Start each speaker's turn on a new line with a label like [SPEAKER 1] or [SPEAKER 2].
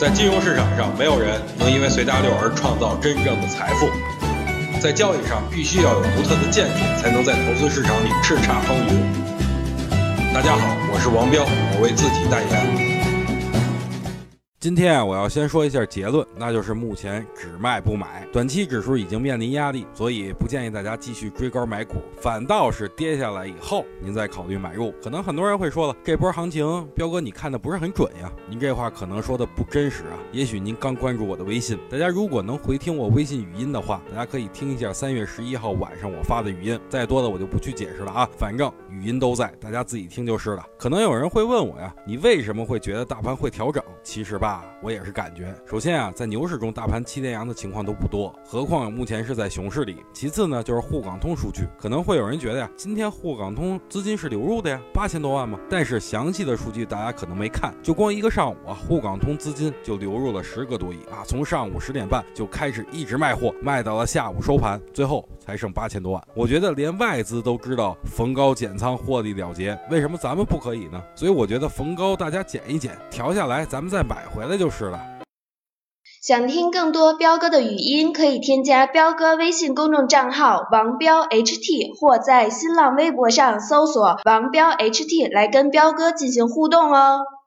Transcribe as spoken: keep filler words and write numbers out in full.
[SPEAKER 1] 在金融市场上，没有人能因为随大流而创造真正的财富。在交易上，必须要有独特的见解，才能在投资市场里叱咤风云。大家好，我是王彪，我为自己代言。今天啊，我要先说一下结论，那就是目前只卖不买，短期指数已经面临压力，所以不建议大家继续追高买股，反倒是跌下来以后您再考虑买入。可能很多人会说了，这波行情彪哥你看的不是很准呀，您这话可能说的不真实啊。也许您刚关注我的微信，大家如果能回听我微信语音的话，大家可以听一下三月十一号晚上我发的语音，再多的我就不去解释了啊，反正语音都在，大家自己听就是了。可能有人会问我呀，你为什么会觉得大盘会调整？其实吧，我也是感觉，首先啊，在牛市中大盘七连阳的情况都不多，何况目前是在熊市里。其次呢，就是沪港通数据，可能会有人觉得呀，今天沪港通资金是流入的呀，八千多万嘛。但是详细的数据大家可能没看，就光一个上午啊，沪港通资金就流入了十个多亿啊，从上午十点半就开始一直卖货，卖到了下午收盘，最后才剩八千多万。我觉得连外资都知道逢高减仓获利了结，为什么咱们不可以呢？所以我觉得逢高大家减一减，调下来咱们再买回来就是了。
[SPEAKER 2] 想听更多彪哥的语音，可以添加彪哥微信公众账号王彪 H T， 或在新浪微博上搜索王彪 H T 来跟彪哥进行互动哦。